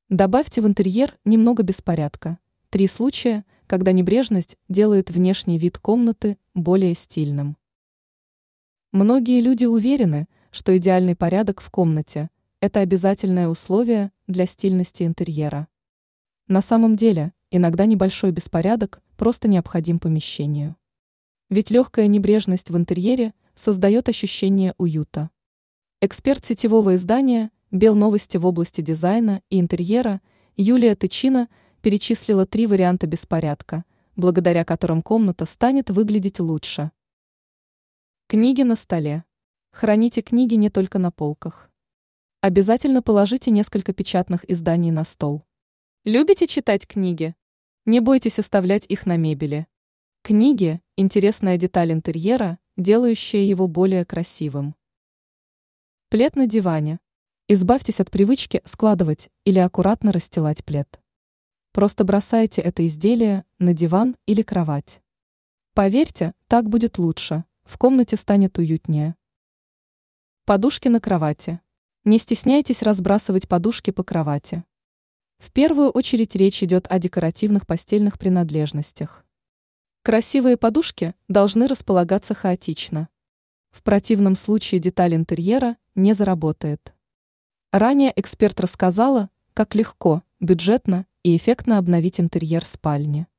Добавьте в интерьер немного беспорядка. 3 случая, когда небрежность делает внешний вид комнаты более стильным. Многие люди уверены, что идеальный порядок в комнате – это обязательное условие для стильности интерьера. На самом деле, иногда небольшой беспорядок просто необходим помещению. Ведь легкая небрежность в интерьере создает ощущение уюта. Эксперт сетевого издания «Белновости» в области дизайна и интерьера Юлия Тычина перечислила 3 варианта беспорядка, благодаря которым комната станет выглядеть лучше. Книги на столе. Храните книги не только на полках. Обязательно положите несколько печатных изданий на стол. Любите читать книги? Не бойтесь оставлять их на мебели. Книги – интересная деталь интерьера, делающая его более красивым. Плед на диване. Избавьтесь от привычки складывать или аккуратно расстилать плед. Просто бросайте это изделие на диван или кровать. Поверьте, так будет лучше, в комнате станет уютнее. Подушки на кровати. Не стесняйтесь разбрасывать подушки по кровати. В первую очередь речь идет о декоративных постельных принадлежностях. Красивые подушки должны располагаться хаотично. В противном случае деталь интерьера не заработает. Ранее эксперт рассказала, как легко, бюджетно и эффектно обновить интерьер спальни.